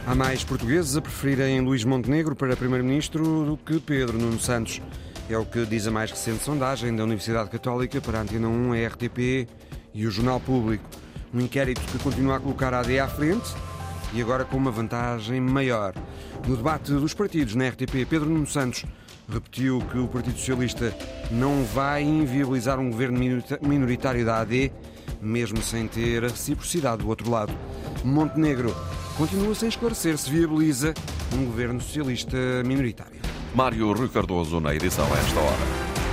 Há mais portugueses a preferirem Luís Montenegro para Primeiro-Ministro do que Pedro Nuno Santos. É o que diz a mais recente sondagem da Universidade Católica para a Antena 1, a RTP e o Jornal Público. Um inquérito que continua a colocar a AD à frente e agora com uma vantagem maior. No debate dos partidos na RTP, Pedro Nuno Santos repetiu que o Partido Socialista não vai inviabilizar um governo minoritário da AD, mesmo sem ter a reciprocidade do outro lado. Montenegro continua sem esclarecer se viabiliza um governo socialista minoritário. Mário Rui Cardoso na edição a esta hora.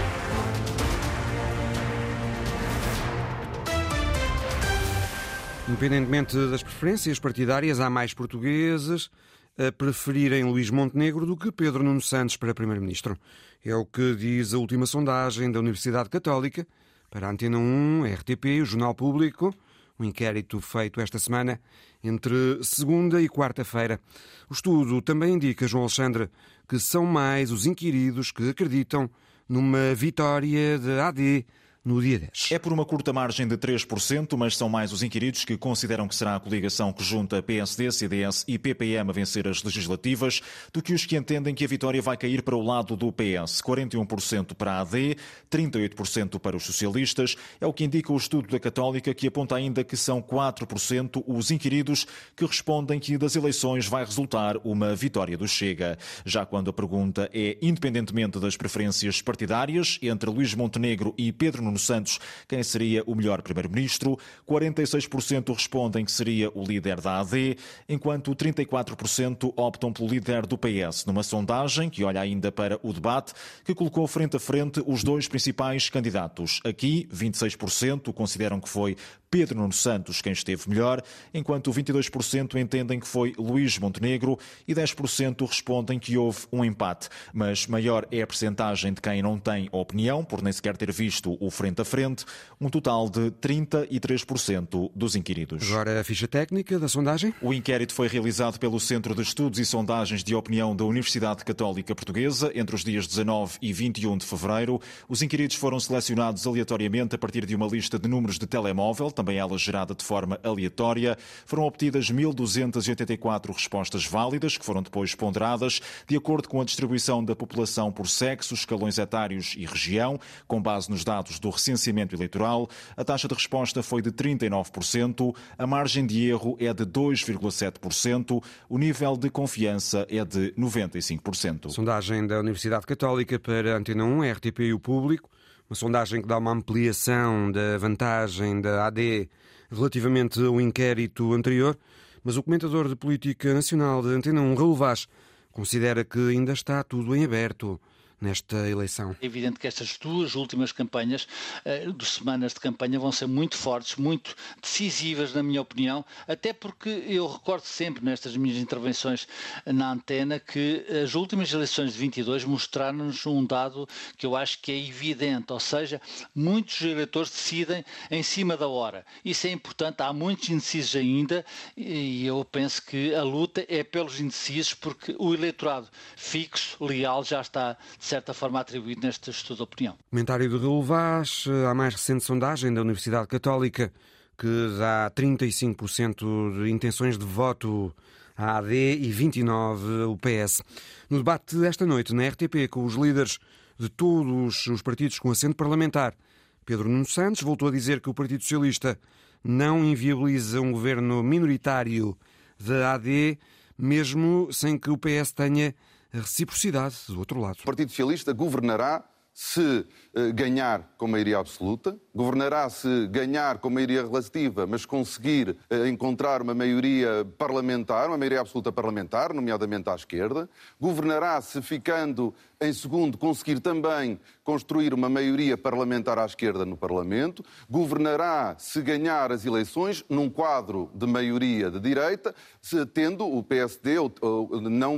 Independentemente das preferências partidárias, há mais portugueses a preferirem Luís Montenegro do que Pedro Nuno Santos para Primeiro-Ministro. É o que diz a última sondagem da Universidade Católica para a Antena 1, a RTP e o Jornal Público, um inquérito feito esta semana entre segunda e quarta-feira. O estudo também indica, João Alexandre, que são mais os inquiridos que acreditam numa vitória da AD no dia 10. É por uma curta margem de 3%, mas são mais os inquiridos que consideram que será a coligação que junta PSD, CDS e PPM a vencer as legislativas, do que os que entendem que a vitória vai cair para o lado do PS. 41% para a AD, 38% para os socialistas. É o que indica o estudo da Católica, que aponta ainda que são 4% os inquiridos que respondem que das eleições vai resultar uma vitória do Chega. Já quando a pergunta é independentemente das preferências partidárias, entre Luís Montenegro e Pedro Nuno Santos, quem seria o melhor primeiro-ministro, 46% respondem que seria o líder da AD, enquanto 34% optam pelo líder do PS, numa sondagem que olha ainda para o debate, que colocou frente a frente os dois principais candidatos. Aqui, 26% consideram que foi Pedro Nuno Santos quem esteve melhor, enquanto 22% entendem que foi Luís Montenegro e 10% respondem que houve um empate. Mas maior é a percentagem de quem não tem opinião, por nem sequer ter visto o frente a frente, um total de 33% dos inquiridos. Agora a ficha técnica da sondagem. O inquérito foi realizado pelo Centro de Estudos e Sondagens de Opinião da Universidade Católica Portuguesa entre os dias 19 e 21 de fevereiro. Os inquiridos foram selecionados aleatoriamente a partir de uma lista de números de telemóvel, também ela gerada de forma aleatória. Foram obtidas 1.284 respostas válidas, que foram depois ponderadas, de acordo com a distribuição da população por sexo, escalões etários e região, com base nos dados do recenseamento eleitoral. A taxa de resposta foi de 39%, a margem de erro é de 2,7%, o nível de confiança é de 95%. Sondagem da Universidade Católica para a Antena 1, a RTP e o Público. Uma sondagem que dá uma ampliação da vantagem da AD relativamente ao inquérito anterior, mas o comentador de política nacional da Antena 1, Raul Vaz, considera que ainda está tudo em aberto nesta eleição. É evidente que estas duas últimas campanhas, de semanas de campanha, vão ser muito fortes, muito decisivas, na minha opinião, até porque eu recordo sempre nestas minhas intervenções na antena que as últimas eleições de 22 mostraram-nos um dado que eu acho que é evidente, ou seja, muitos eleitores decidem em cima da hora. Isso é importante, há muitos indecisos ainda e eu penso que a luta é pelos indecisos porque o eleitorado fixo, leal, já está de certa forma atribuído neste estudo de opinião. Comentário de Raul Vaz, a mais recente sondagem da Universidade Católica, que dá 35% de intenções de voto à AD e 29% ao PS. No debate desta noite na RTP com os líderes de todos os partidos com assento parlamentar, Pedro Nuno Santos voltou a dizer que o Partido Socialista não inviabiliza um governo minoritário da AD, mesmo sem que o PS tenha a reciprocidade do outro lado. O Partido Socialista governará se ganhar com maioria absoluta, governará se ganhar com maioria relativa, mas conseguir encontrar uma maioria parlamentar, uma maioria absoluta parlamentar, nomeadamente à esquerda, governará se ficando em segundo conseguir também construir uma maioria parlamentar à esquerda no Parlamento, governará se ganhar as eleições num quadro de maioria de direita, tendo o PSD não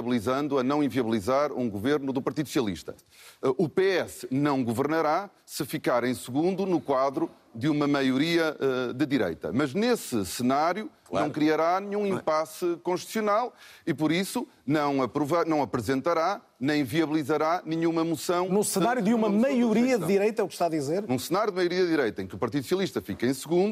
inviabilizar um governo do Partido Socialista. O PS não governará se ficar em segundo no quadro de uma maioria de direita. Mas nesse cenário não criará nenhum impasse constitucional e, por isso, não apresentará nem viabilizará nenhuma moção... No cenário de uma maioria de direita, é o que está a dizer? Num cenário de maioria de direita, em que o Partido Socialista fica em segundo,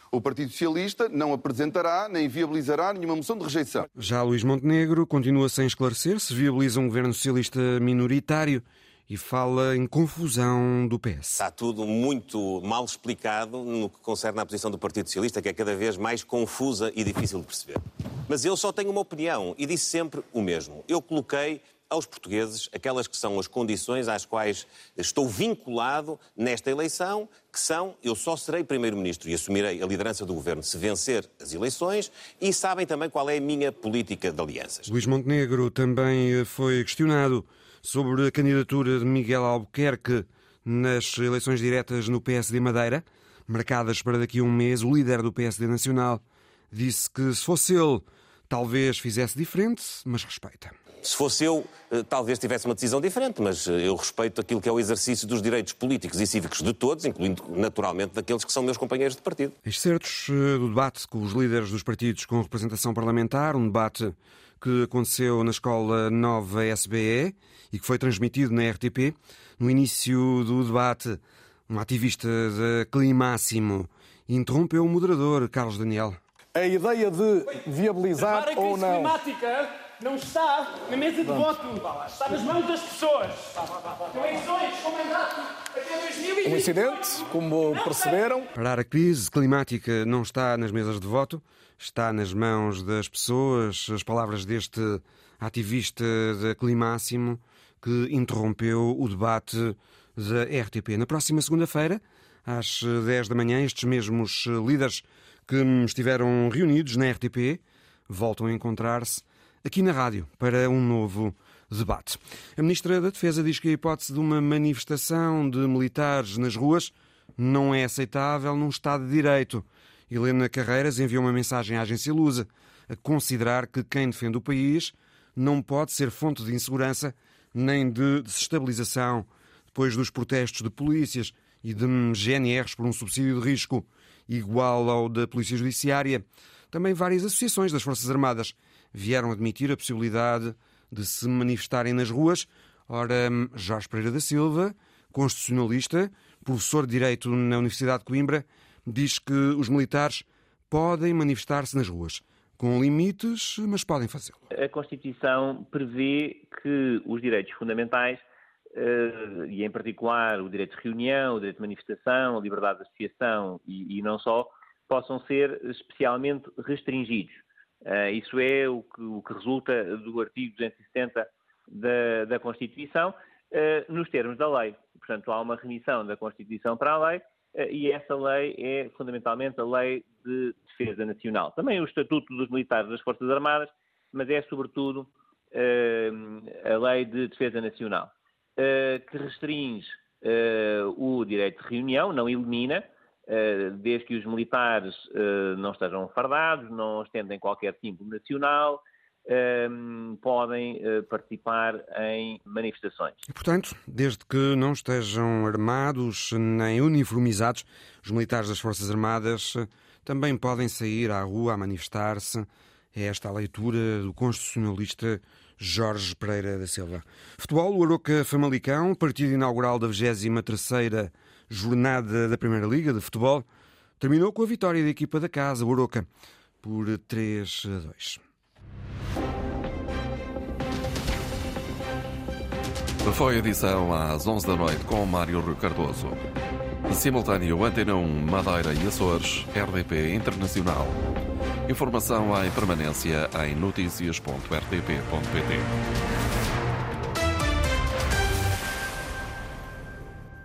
O Partido Socialista não apresentará nem viabilizará nenhuma moção de rejeição. Já Luís Montenegro continua sem esclarecer se viabiliza um governo socialista minoritário e fala em confusão do PS. Está tudo muito mal explicado no que concerne à posição do Partido Socialista, que é cada vez mais confusa e difícil de perceber. Mas eu só tenho uma opinião e disse sempre o mesmo. Eu coloquei aos portugueses aquelas que são as condições às quais estou vinculado nesta eleição, que são, eu só serei Primeiro-Ministro e assumirei a liderança do Governo se vencer as eleições, e sabem também qual é a minha política de alianças. Luís Montenegro também foi questionado sobre a candidatura de Miguel Albuquerque nas eleições diretas no PSD Madeira, marcadas para daqui a um mês. O líder do PSD Nacional disse que, se fosse ele, talvez fizesse diferente, mas respeita. Se fosse eu, talvez tivesse uma decisão diferente, mas eu respeito aquilo que é o exercício dos direitos políticos e cívicos de todos, incluindo, naturalmente, daqueles que são meus companheiros de partido. Excertos do debate com os líderes dos partidos com representação parlamentar, um debate que aconteceu na Escola Nova SBE e que foi transmitido na RTP. No início do debate, um ativista da Climáximo interrompeu o moderador, Carlos Daniel. A ideia de viabilizar ou não... climática não está na mesa de voto, está nas mãos das pessoas. Eleições com mandato até 2020. Um incidente, como perceberam. Parar a crise climática não está nas mesas de voto, está nas mãos das pessoas. As palavras deste ativista da Climáximo que interrompeu o debate da RTP. Na próxima segunda-feira, às 10 da manhã, estes mesmos líderes que estiveram reunidos na RTP voltam a encontrar-se aqui na rádio para um novo debate. A Ministra da Defesa diz que a hipótese de uma manifestação de militares nas ruas não é aceitável num Estado de Direito. Helena Carreiras enviou uma mensagem à agência Lusa a considerar que quem defende o país não pode ser fonte de insegurança nem de desestabilização depois dos protestos de polícias e de GNRs por um subsídio de risco igual ao da Polícia Judiciária. Também várias associações das Forças Armadas vieram admitir a possibilidade de se manifestarem nas ruas. Ora, Jorge Pereira da Silva, constitucionalista, professor de Direito na Universidade de Coimbra, diz que os militares podem manifestar-se nas ruas, com limites, mas podem fazê-lo. A Constituição prevê que os direitos fundamentais, e em particular o direito de reunião, o direito de manifestação, a liberdade de associação e não só, possam ser especialmente restringidos. Isso é o que resulta do artigo 270 da Constituição, nos termos da lei. Portanto, há uma remissão da Constituição para a lei, e essa lei é fundamentalmente a Lei de Defesa Nacional. Também o Estatuto dos Militares das Forças Armadas, mas é sobretudo a Lei de Defesa Nacional, que restringe o direito de reunião, não elimina, desde que os militares não estejam fardados, não ostendem qualquer símbolo nacional, podem participar em manifestações. E, portanto, desde que não estejam armados nem uniformizados, os militares das Forças Armadas também podem sair à rua a manifestar-se. É esta a leitura do constitucionalista Jorge Pereira da Silva. Futebol, o Aroca Famalicão, partido inaugural da 23ª jornada da Primeira Liga de Futebol, terminou com a vitória da equipa da casa, o Aroca, por 3-2. Foi a edição às 11 da noite com Mário Rui Cardoso. Simultâneo Antena 1, Madeira e Açores, RDP Internacional. Informação em permanência em noticias.rtp.pt.